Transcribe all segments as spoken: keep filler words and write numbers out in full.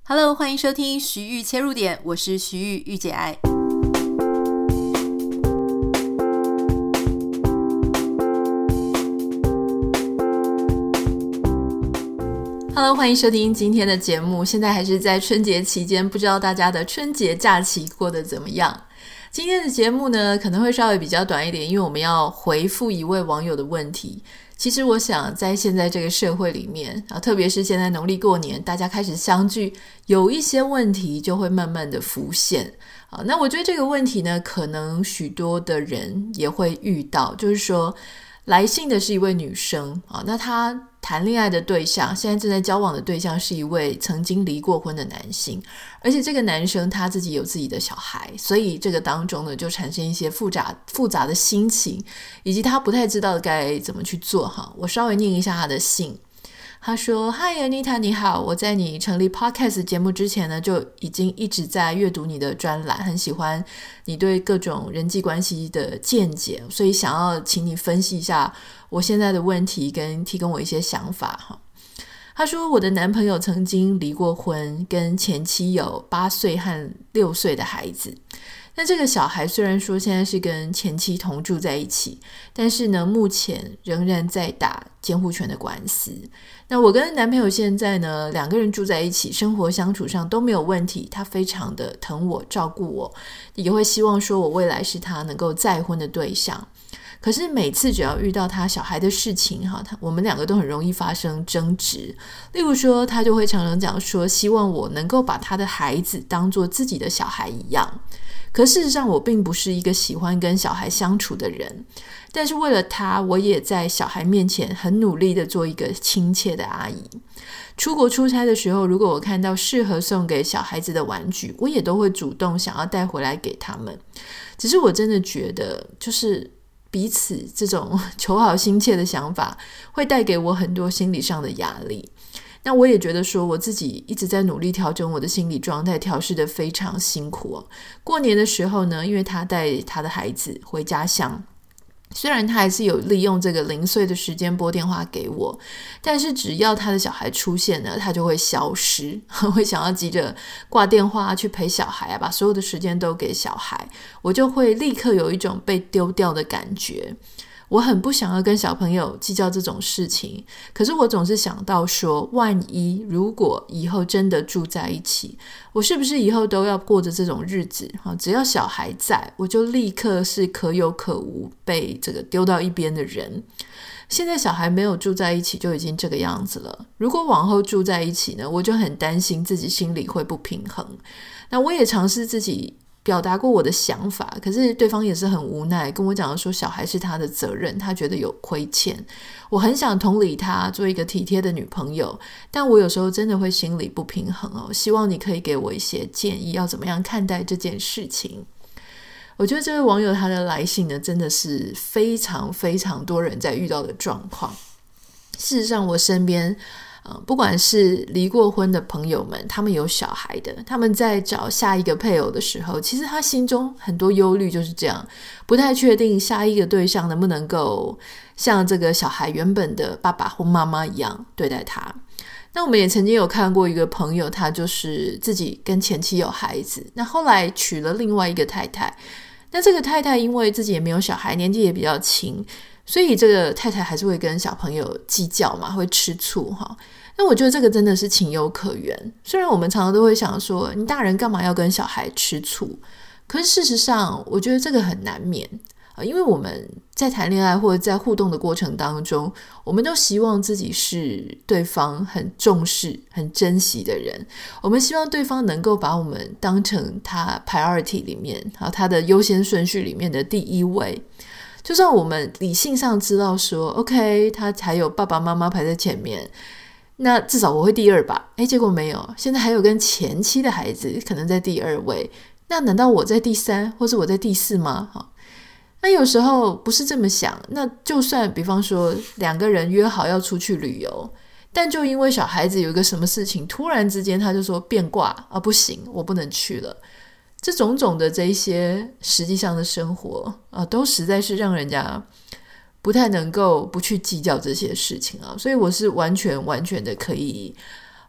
Hello， 欢迎收听徐玉切入点，我是徐玉玉姐爱。Hello， 欢迎收听今天的节目。现在还是在春节期间，不知道大家的春节假期过得怎么样？今天的节目呢，可能会稍微比较短一点，因为我们要回复一位网友的问题。其实我想在现在这个社会里面啊，特别是现在农历过年，大家开始相聚，有一些问题就会慢慢的浮现啊。那我觉得这个问题呢，可能许多的人也会遇到，就是说来信的是一位女生啊，那她谈恋爱的对象，现在正在交往的对象是一位曾经离过婚的男性，而且这个男生他自己有自己的小孩，所以这个当中呢就产生一些复杂复杂的心情，以及他不太知道该怎么去做哈。我稍微念一下他的信。他说 Hi Anita 你好，我在你成立 Podcast 节目之前呢，就已经一直在阅读你的专栏，很喜欢你对各种人际关系的见解，所以想要请你分析一下我现在的问题，跟提供我一些想法哈。他说我的男朋友曾经离过婚，跟前妻有八岁和六岁的孩子。那这个小孩虽然说现在是跟前妻同住在一起，但是呢目前仍然在打监护权的官司。那我跟男朋友现在呢两个人住在一起，生活相处上都没有问题，他非常的疼我照顾我，也会希望说我未来是他能够再婚的对象。可是每次只要遇到他小孩的事情哈，我们两个都很容易发生争执。例如说他就会常常讲说希望我能够把他的孩子当作自己的小孩一样，可事实上我并不是一个喜欢跟小孩相处的人，但是为了他，我也在小孩面前很努力的做一个亲切的阿姨。出国出差的时候，如果我看到适合送给小孩子的玩具，我也都会主动想要带回来给他们。只是我真的觉得就是彼此这种求好心切的想法会带给我很多心理上的压力。那我也觉得说我自己一直在努力调整我的心理状态，调试得非常辛苦哦。过年的时候呢，因为他带他的孩子回家乡，虽然他还是有利用这个零碎的时间拨电话给我，但是只要他的小孩出现呢，他就会消失，会想要急着挂电话去陪小孩啊，把所有的时间都给小孩，我就会立刻有一种被丢掉的感觉。我很不想要跟小朋友计较这种事情，可是我总是想到说，万一如果以后真的住在一起，我是不是以后都要过着这种日子？只要小孩在，我就立刻是可有可无，被这个丢到一边的人。现在小孩没有住在一起就已经这个样子了，如果往后住在一起呢，我就很担心自己心里会不平衡。那我也尝试自己表达过我的想法，可是对方也是很无奈，跟我讲说小孩是他的责任，他觉得有亏欠。我很想同理他，做一个体贴的女朋友，但我有时候真的会心里不平衡哦。希望你可以给我一些建议，要怎么样看待这件事情。我觉得这位网友他的来信呢，真的是非常非常多人在遇到的状况。事实上我身边呃，不管是离过婚的朋友们，他们有小孩的，他们在找下一个配偶的时候，其实他心中很多忧虑就是这样，不太确定下一个对象能不能够像这个小孩原本的爸爸或妈妈一样对待他。那我们也曾经有看过一个朋友，他就是自己跟前妻有孩子，那后来娶了另外一个太太，那这个太太因为自己也没有小孩，年纪也比较轻，所以这个太太还是会跟小朋友计较嘛，会吃醋哈。那我觉得这个真的是情有可原，虽然我们常常都会想说你大人干嘛要跟小孩吃醋，可是事实上我觉得这个很难免，因为我们在谈恋爱或者在互动的过程当中，我们都希望自己是对方很重视很珍惜的人，我们希望对方能够把我们当成他 priority 里面他的优先顺序里面的第一位。就算我们理性上知道说 OK 他还有爸爸妈妈排在前面，那至少我会第二吧，诶，结果没有，现在还有跟前妻的孩子可能在第二位，那难道我在第三或是我在第四吗？那有时候不是这么想，那就算比方说两个人约好要出去旅游，但就因为小孩子有一个什么事情，突然之间他就说变卦啊，不行，我不能去了。这种种的这一些实际上的生活啊，都实在是让人家不太能够不去计较这些事情啊，所以我是完全完全的可以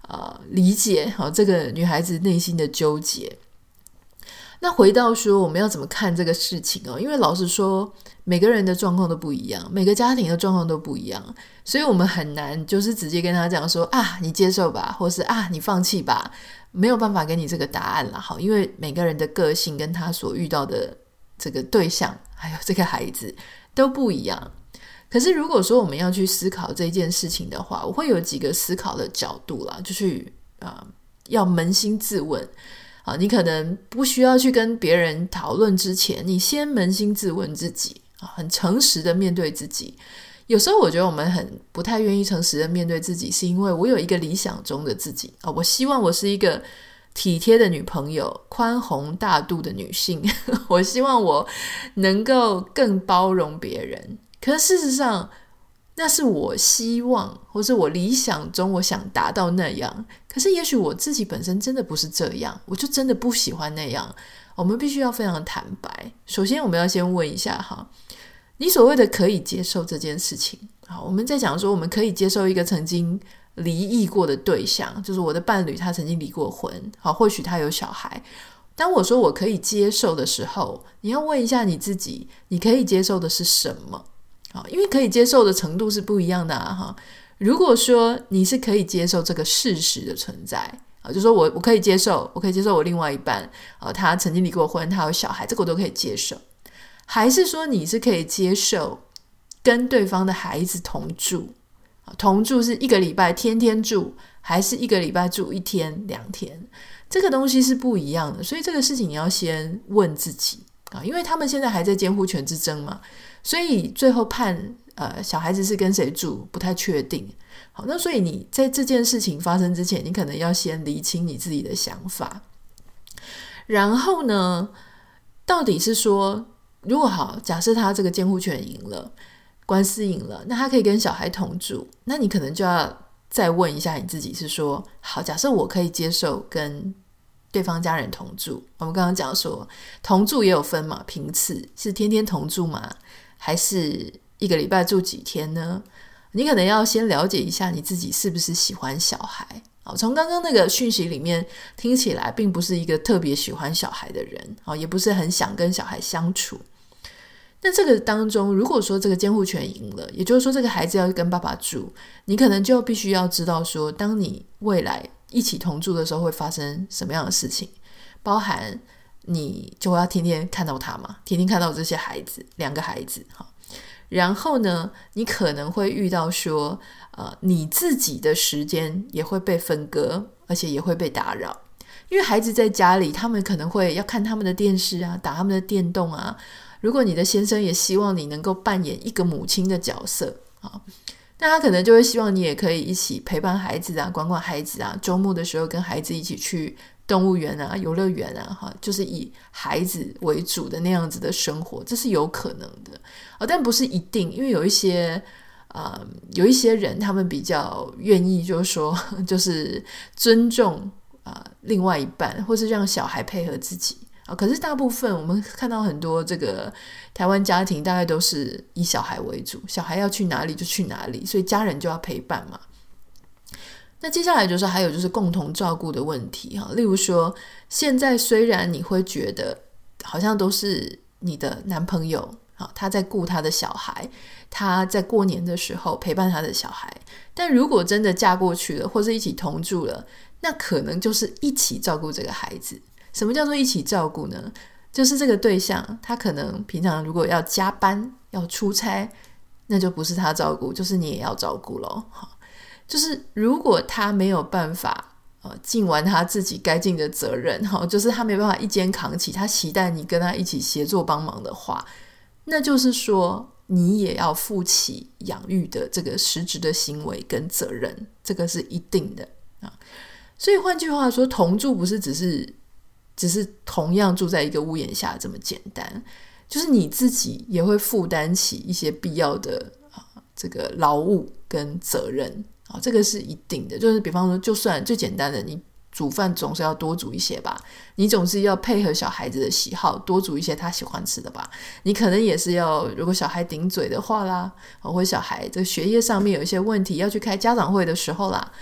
呃理解好、哦、这个女孩子内心的纠结。那回到说我们要怎么看这个事情哦，因为老实说每个人的状况都不一样，每个家庭的状况都不一样，所以我们很难就是直接跟他讲说啊你接受吧，或是啊你放弃吧，没有办法给你这个答案啦。好，因为每个人的个性跟他所遇到的这个对象还有这个孩子都不一样。可是如果说我们要去思考这件事情的话，我会有几个思考的角度啦，就是呃要扪心自问啊，你可能不需要去跟别人讨论之前，你先扪心自问自己啊，很诚实的面对自己。有时候我觉得我们很不太愿意诚实的面对自己，是因为我有一个理想中的自己啊，我希望我是一个体贴的女朋友，宽宏大度的女性我希望我能够更包容别人。可是事实上那是我希望或是我理想中我想达到那样，可是也许我自己本身真的不是这样，我就真的不喜欢那样。我们必须要非常坦白。首先我们要先问一下哈，你所谓的可以接受这件事情，好，我们在讲说我们可以接受一个曾经离异过的对象，就是我的伴侣他曾经离过婚，好，或许他有小孩。当我说我可以接受的时候，你要问一下你自己，你可以接受的是什么？因为可以接受的程度是不一样的啊。如果说你是可以接受这个事实的存在，就是说我我可以接受，我可以接受我另外一半他曾经离过婚，他有小孩，这个我都可以接受。还是说你是可以接受跟对方的孩子同住，同住是一个礼拜天天住，还是一个礼拜住一天两天，这个东西是不一样的。所以这个事情你要先问自己，因为他们现在还在监护权之争嘛，所以最后判呃小孩子是跟谁住不太确定。好，那所以你在这件事情发生之前，你可能要先厘清你自己的想法。然后呢，到底是说如果好，假设他这个监护权赢了，官司赢了，那他可以跟小孩同住，那你可能就要再问一下你自己，是说好，假设我可以接受跟对方家人同住，我们刚刚讲说同住也有分嘛，频次是天天同住吗？还是一个礼拜住几天呢？你可能要先了解一下你自己是不是喜欢小孩。从刚刚那个讯息里面听起来并不是一个特别喜欢小孩的人，也不是很想跟小孩相处。那这个当中如果说这个监护权赢了，也就是说这个孩子要跟爸爸住，你可能就必须要知道说当你未来一起同住的时候会发生什么样的事情，包含你就要天天看到他嘛，天天看到这些孩子，两个孩子。然后呢你可能会遇到说呃，你自己的时间也会被分割，而且也会被打扰。因为孩子在家里他们可能会要看他们的电视啊，打他们的电动啊，如果你的先生也希望你能够扮演一个母亲的角色啊，那他可能就会希望你也可以一起陪伴孩子啊，管管孩子啊，周末的时候跟孩子一起去动物园啊，游乐园啊，就是以孩子为主的那样子的生活，这是有可能的、哦、但不是一定。因为有一些呃，有一些人他们比较愿意就是说就是尊重、呃、另外一半，或是让小孩配合自己、哦、可是大部分我们看到很多这个台湾家庭大概都是以小孩为主，小孩要去哪里就去哪里，所以家人就要陪伴嘛。那接下来就是还有就是共同照顾的问题，例如说现在虽然你会觉得好像都是你的男朋友他在顾他的小孩，他在过年的时候陪伴他的小孩，但如果真的嫁过去了或是一起同住了，那可能就是一起照顾这个孩子。什么叫做一起照顾呢？就是这个对象他可能平常如果要加班要出差，那就不是他照顾，就是你也要照顾咯。就是如果他没有办法呃，尽完他自己该尽的责任、哦、就是他没办法一肩扛起，他期待你跟他一起协作帮忙的话，那就是说你也要负起养育的这个实质的行为跟责任，这个是一定的、啊、所以换句话说，同住不是只是只是同样住在一个屋檐下这么简单，就是你自己也会负担起一些必要的、啊、这个劳务跟责任、啊、这个是一定的。就是比方说就算最简单的，你煮饭总是要多煮一些吧，你总是要配合小孩子的喜好多煮一些他喜欢吃的吧，你可能也是要，如果小孩顶嘴的话啦，或者小孩这学业上面有一些问题要去开家长会的时候啦，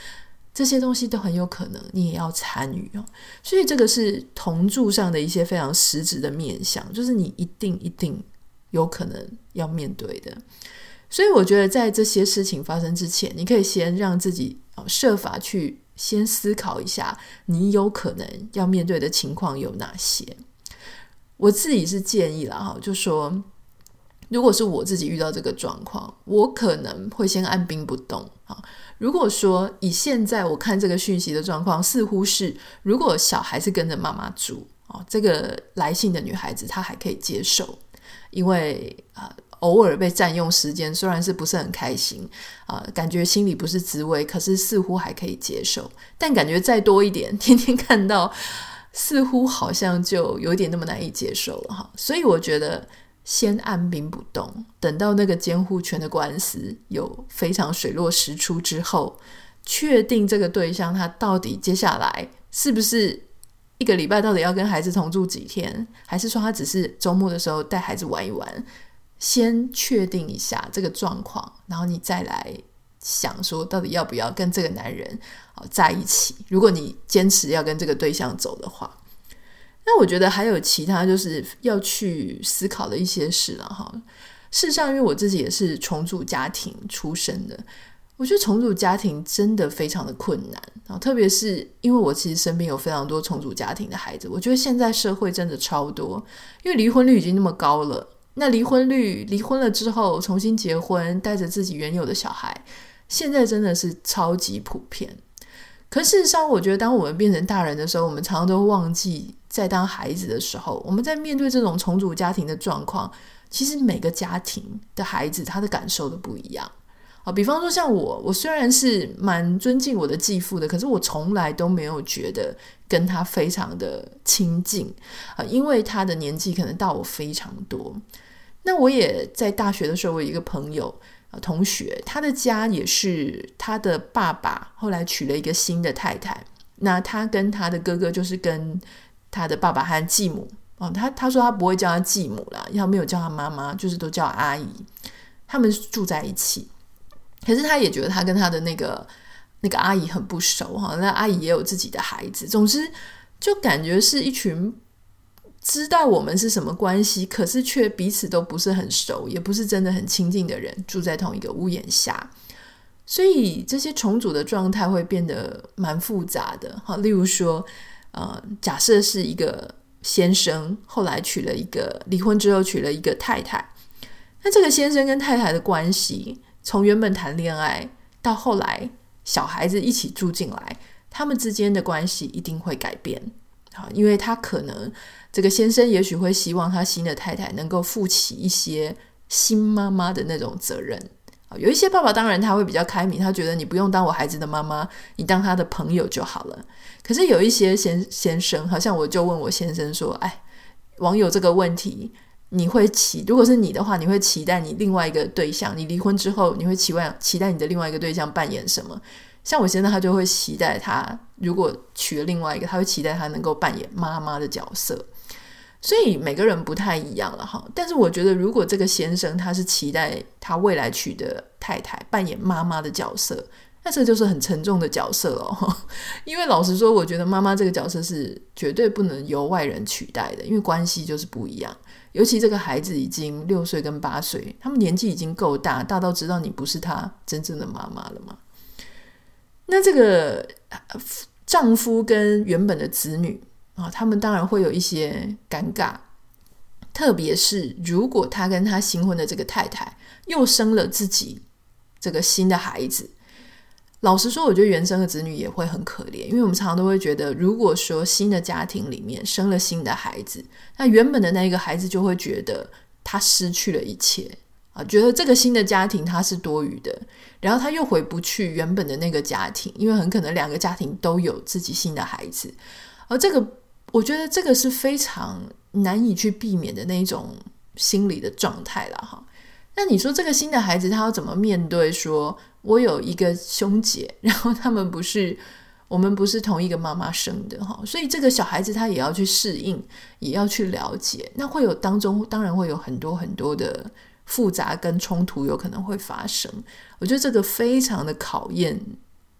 这些东西都很有可能你也要参与哦。所以这个是同住上的一些非常实质的面向，就是你一定一定有可能要面对的。所以我觉得在这些事情发生之前，你可以先让自己设法去先思考一下你有可能要面对的情况有哪些。我自己是建议啦，就说如果是我自己遇到这个状况，我可能会先按兵不动。如果说以现在我看这个讯息的状况，似乎是如果小孩是跟着妈妈住，这个来信的女孩子她还可以接受，因为、呃、偶尔被占用时间虽然是不是很开心、呃、感觉心里不是滋味，可是似乎还可以接受。但感觉再多一点，天天看到似乎好像就有点那么难以接受了哈。所以我觉得先按兵不动，等到那个监护权的官司有非常水落石出之后，确定这个对象他到底接下来是不是一个礼拜到底要跟孩子同住几天，还是说他只是周末的时候带孩子玩一玩，先确定一下这个状况，然后你再来想说到底要不要跟这个男人在一起，如果你坚持要跟这个对象走的话。那我觉得还有其他就是要去思考的一些事了哈。事实上因为我自己也是重组家庭出身的，我觉得重组家庭真的非常的困难，特别是因为我其实身边有非常多重组家庭的孩子，我觉得现在社会真的超多，因为离婚率已经那么高了，那离婚率离婚了之后重新结婚带着自己原有的小孩，现在真的是超级普遍。可事实上我觉得当我们变成大人的时候，我们常常都忘记在当孩子的时候，我们在面对这种重组家庭的状况，其实每个家庭的孩子他的感受都不一样。好，比方说像我我虽然是蛮尊敬我的继父的，可是我从来都没有觉得跟他非常的亲近，因为他的年纪可能大我非常多。那我也在大学的时候，我有一个朋友同学，他的家也是他的爸爸后来娶了一个新的太太，那他跟他的哥哥就是跟他的爸爸和继母、哦、他, 他说他不会叫他继母啦，他没有叫他妈妈，就是都叫阿姨，他们住在一起。可是他也觉得他跟他的那个那个阿姨很不熟、哦、那阿姨也有自己的孩子，总之就感觉是一群知道我们是什么关系，可是却彼此都不是很熟，也不是真的很亲近的人，住在同一个屋檐下。所以这些重组的状态会变得蛮复杂的。好，例如说呃，假设是一个先生后来娶了一个离婚之后娶了一个太太，那这个先生跟太太的关系从原本谈恋爱到后来小孩子一起住进来，他们之间的关系一定会改变。好，因为他可能这个先生也许会希望他新的太太能够负起一些新妈妈的那种责任。有一些爸爸当然他会比较开明，他觉得你不用当我孩子的妈妈，你当他的朋友就好了。可是有一些 先, 先生，好像我就问我先生说，哎，网友这个问题你会期如果是你的话，你会期待你另外一个对象，你离婚之后你会期望期待你的另外一个对象扮演什么？像我先生他就会期待他如果娶了另外一个，他会期待他能够扮演妈妈的角色。所以每个人不太一样了哈，但是我觉得如果这个先生他是期待他未来娶的太太扮演妈妈的角色，那这就是很沉重的角色哦。因为老实说我觉得妈妈这个角色是绝对不能由外人取代的，因为关系就是不一样。尤其这个孩子已经六岁跟八岁，他们年纪已经够大，大到知道你不是他真正的妈妈了嘛。那这个丈夫跟原本的子女啊，他们当然会有一些尴尬，特别是如果他跟他新婚的这个太太又生了自己这个新的孩子，老实说我觉得原生的子女也会很可怜。因为我们常常都会觉得，如果说新的家庭里面生了新的孩子，那原本的那个孩子就会觉得他失去了一切啊，觉得这个新的家庭他是多余的，然后他又回不去原本的那个家庭，因为很可能两个家庭都有自己新的孩子。而这个我觉得这个是非常难以去避免的那种心理的状态啦哈。那你说这个新的孩子他要怎么面对说我有一个兄姐，然后他们不是我们不是同一个妈妈生的哈，所以这个小孩子他也要去适应，也要去了解，那会有当中当然会有很多很多的复杂跟冲突有可能会发生。我觉得这个非常的考验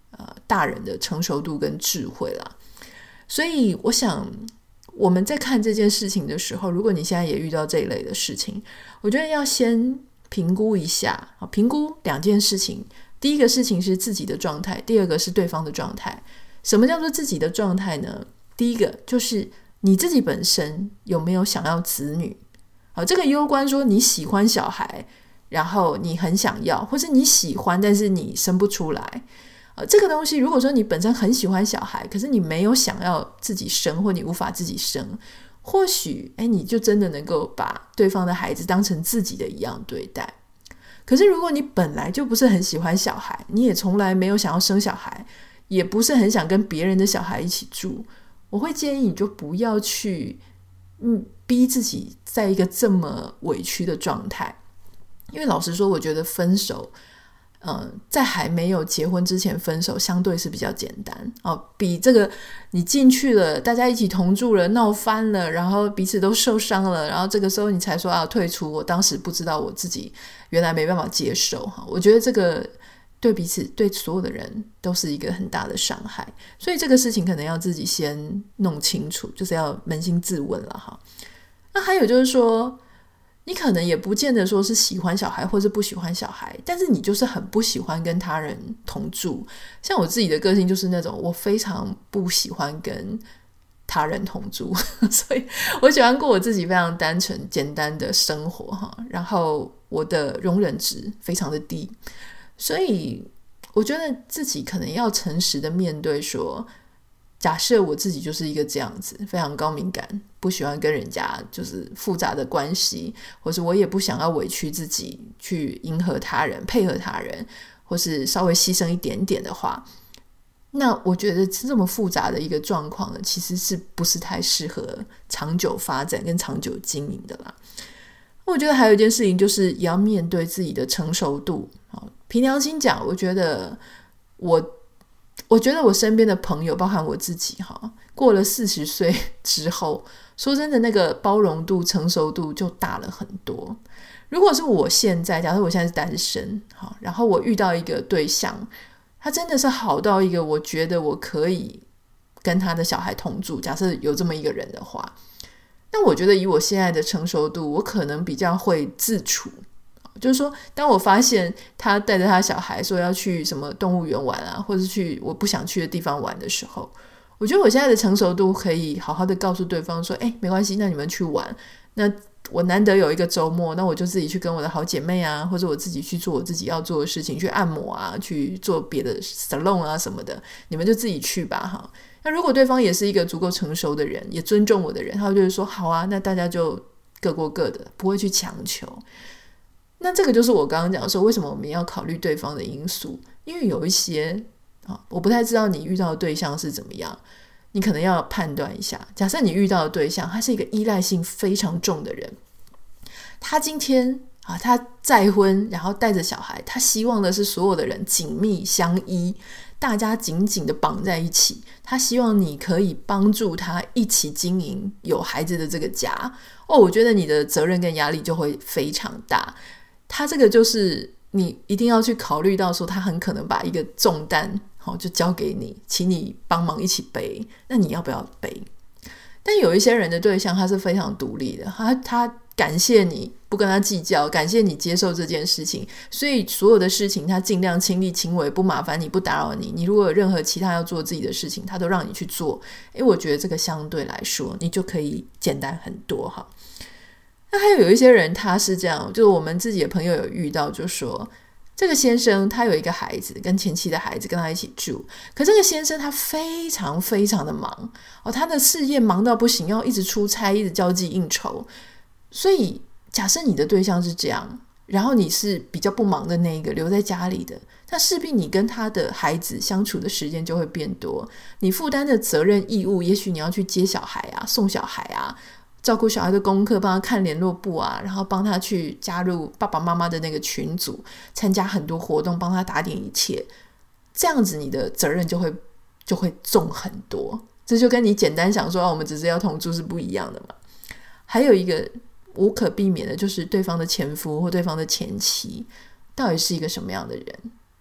呃大人的成熟度跟智慧啦。所以我想我们在看这件事情的时候，如果你现在也遇到这一类的事情，我觉得要先评估一下，评估两件事情。第一个事情是自己的状态，第二个是对方的状态。什么叫做自己的状态呢？第一个就是你自己本身有没有想要子女，好，这个攸关说你喜欢小孩，然后你很想要，或是你喜欢但是你生不出来。呃，这个东西如果说你本身很喜欢小孩，可是你没有想要自己生，或你无法自己生，或许诶你就真的能够把对方的孩子当成自己的一样对待。可是如果你本来就不是很喜欢小孩，你也从来没有想要生小孩，也不是很想跟别人的小孩一起住，我会建议你就不要去嗯逼自己在一个这么委屈的状态。因为老实说，我觉得分手呃，在还没有结婚之前分手相对是比较简单、哦、比这个你进去了，大家一起同住了，闹翻了，然后彼此都受伤了，然后这个时候你才说啊退出，我当时不知道我自己原来没办法接受。我觉得这个对彼此对所有的人都是一个很大的伤害，所以这个事情可能要自己先弄清楚，就是要扪心自问了哈。那还有就是说，你可能也不见得说是喜欢小孩或是不喜欢小孩，但是你就是很不喜欢跟他人同住。像我自己的个性就是那种我非常不喜欢跟他人同住所以我喜欢过我自己非常单纯简单的生活哈，然后我的容忍值非常的低。所以我觉得自己可能要诚实的面对说，假设我自己就是一个这样子非常高敏感，不喜欢跟人家就是复杂的关系，或是我也不想要委屈自己去迎合他人配合他人，或是稍微牺牲一点点的话，那我觉得这么复杂的一个状况呢，其实是不是太适合长久发展跟长久经营的啦。我觉得还有一件事情就是也要面对自己的成熟度。凭良心讲，我觉得我我觉得我身边的朋友包含我自己哈，过了四十岁之后，说真的那个包容度成熟度就大了很多。如果是我现在假设我现在是单身，然后我遇到一个对象，他真的是好到一个我觉得我可以跟他的小孩同住，假设有这么一个人的话，那我觉得以我现在的成熟度，我可能比较会自处。就是说当我发现他带着他小孩说要去什么动物园玩啊，或者去我不想去的地方玩的时候，我觉得我现在的成熟度可以好好的告诉对方说，哎，没关系，那你们去玩，那我难得有一个周末，那我就自己去跟我的好姐妹啊，或者我自己去做我自己要做的事情，去按摩啊，去做别的 salon 啊什么的，你们就自己去吧哈。那如果对方也是一个足够成熟的人，也尊重我的人，他就会说好啊，那大家就各过各的，不会去强求。那这个就是我刚刚讲说为什么我们要考虑对方的因素，因为有一些、啊、我不太知道你遇到的对象是怎么样，你可能要判断一下。假设你遇到的对象他是一个依赖性非常重的人，他今天、啊、他再婚然后带着小孩，他希望的是所有的人紧密相依，大家紧紧的绑在一起，他希望你可以帮助他一起经营有孩子的这个家哦，我觉得你的责任跟压力就会非常大。他这个就是你一定要去考虑到说他很可能把一个重担、哦、就交给你，请你帮忙一起背，那你要不要背？但有一些人的对象他是非常独立的， 他, 他感谢你不跟他计较，感谢你接受这件事情，所以所有的事情他尽量亲力亲为，不麻烦你不打扰你，你如果有任何其他要做自己的事情他都让你去做。诶，我觉得这个相对来说你就可以简单很多哈。那还有有一些人他是这样，就是我们自己的朋友有遇到，就说这个先生他有一个孩子，跟前妻的孩子跟他一起住，可这个先生他非常非常的忙、哦、他的事业忙到不行，要一直出差一直交际应酬。所以假设你的对象是这样，然后你是比较不忙的那一个留在家里的，那势必你跟他的孩子相处的时间就会变多，你负担的责任义务，也许你要去接小孩啊，送小孩啊，照顾小孩的功课，帮他看联络簿啊，然后帮他去加入爸爸妈妈的那个群组，参加很多活动，帮他打点一切，这样子你的责任就会就会重很多。这就跟你简单想说、啊、我们只是要同住是不一样的嘛。还有一个无可避免的就是对方的前夫或对方的前妻到底是一个什么样的人。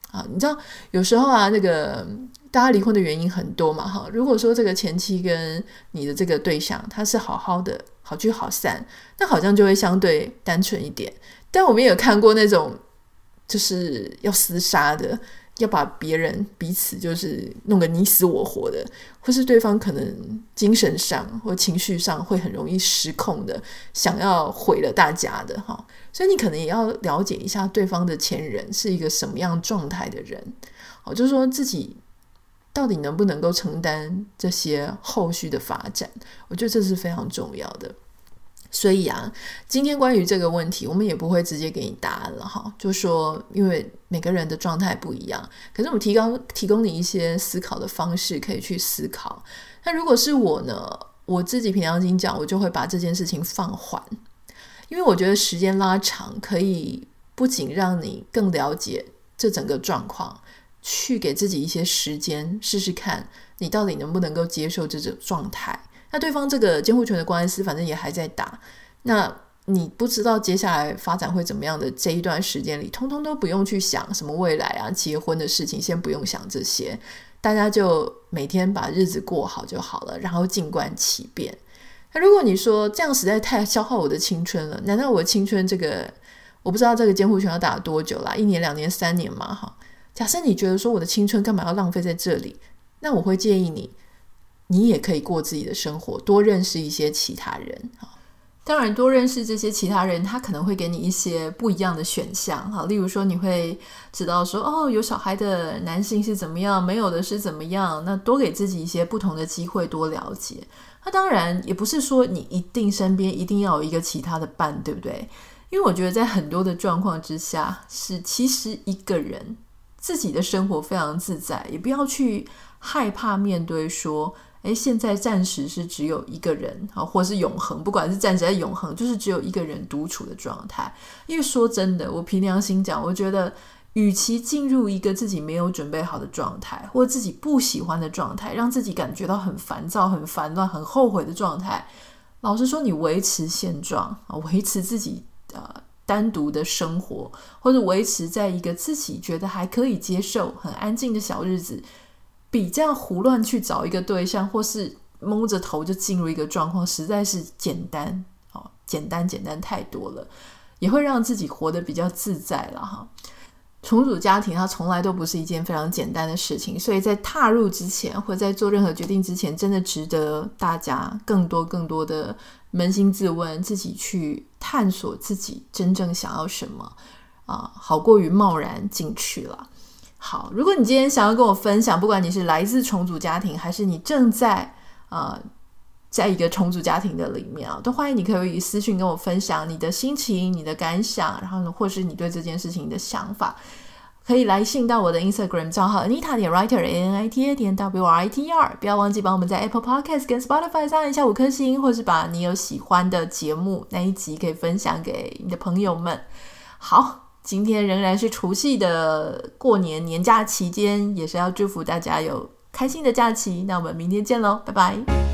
啊。你知道有时候啊，那个大家离婚的原因很多嘛哈。如果说这个前妻跟你的这个对象他是好好的好聚好散，那好像就会相对单纯一点。但我们也有看过那种就是要厮杀的，要把别人彼此就是弄个你死我活的，或是对方可能精神上或情绪上会很容易失控的，想要毁了大家的哈。所以你可能也要了解一下对方的前人是一个什么样状态的人，好，就是说自己到底能不能够承担这些后续的发展，我觉得这是非常重要的。所以啊，今天关于这个问题我们也不会直接给你答案了哈，就说因为每个人的状态不一样，可是我们提供提供你一些思考的方式可以去思考。那如果是我呢，我自己凭良心讲，我就会把这件事情放缓，因为我觉得时间拉长可以不仅让你更了解这整个状况，去给自己一些时间试试看你到底能不能够接受这种状态。那对方这个监护权的官司反正也还在打，那你不知道接下来发展会怎么样的这一段时间里，通通都不用去想什么未来啊结婚的事情，先不用想这些，大家就每天把日子过好就好了，然后静观其变。那如果你说这样实在太消耗我的青春了，难道我的青春这个我不知道这个监护权要打多久啦，一年两年三年嘛哈？假设你觉得说我的青春干嘛要浪费在这里，那我会建议你你也可以过自己的生活，多认识一些其他人。当然多认识这些其他人，他可能会给你一些不一样的选项，例如说你会知道说哦，有小孩的男性是怎么样，没有的是怎么样，那多给自己一些不同的机会，多了解。那当然也不是说你一定身边一定要有一个其他的伴，对不对？因为我觉得在很多的状况之下，是其实一个人自己的生活非常自在，也不要去害怕面对说诶，现在暂时是只有一个人，或是永恒，不管是暂时还是永恒，就是只有一个人独处的状态。因为说真的，我凭良心讲，我觉得与其进入一个自己没有准备好的状态，或自己不喜欢的状态，让自己感觉到很烦躁、很烦乱、很后悔的状态，老实说，你维持现状，维持自己呃单独的生活，或者维持在一个自己觉得还可以接受、很安静的小日子，比这样胡乱去找一个对象，或是蒙着头就进入一个状况，实在是简单、哦、简单简单太多了，也会让自己活得比较自在了哈。重组家庭它从来都不是一件非常简单的事情，所以在踏入之前或在做任何决定之前，真的值得大家更多更多的扪心自问，自己去探索自己真正想要什么、啊、好过于贸然进去了。好，如果你今天想要跟我分享，不管你是来自重组家庭，还是你正在呃在一个重组家庭的里面啊，都欢迎你可以私讯跟我分享你的心情、你的感想，然后呢，或是你对这件事情的想法，可以来信到我的 Instagram 账号 Anita 点 Writer A N I T A 点 W R I T E R， 不要忘记帮我们在 Apple Podcast 跟 Spotify 上按一下五颗星，或是把你有喜欢的节目那一集可以分享给你的朋友们。好，今天仍然是除夕的过年年假期间，也是要祝福大家有开心的假期。那我们明天见咯，拜拜。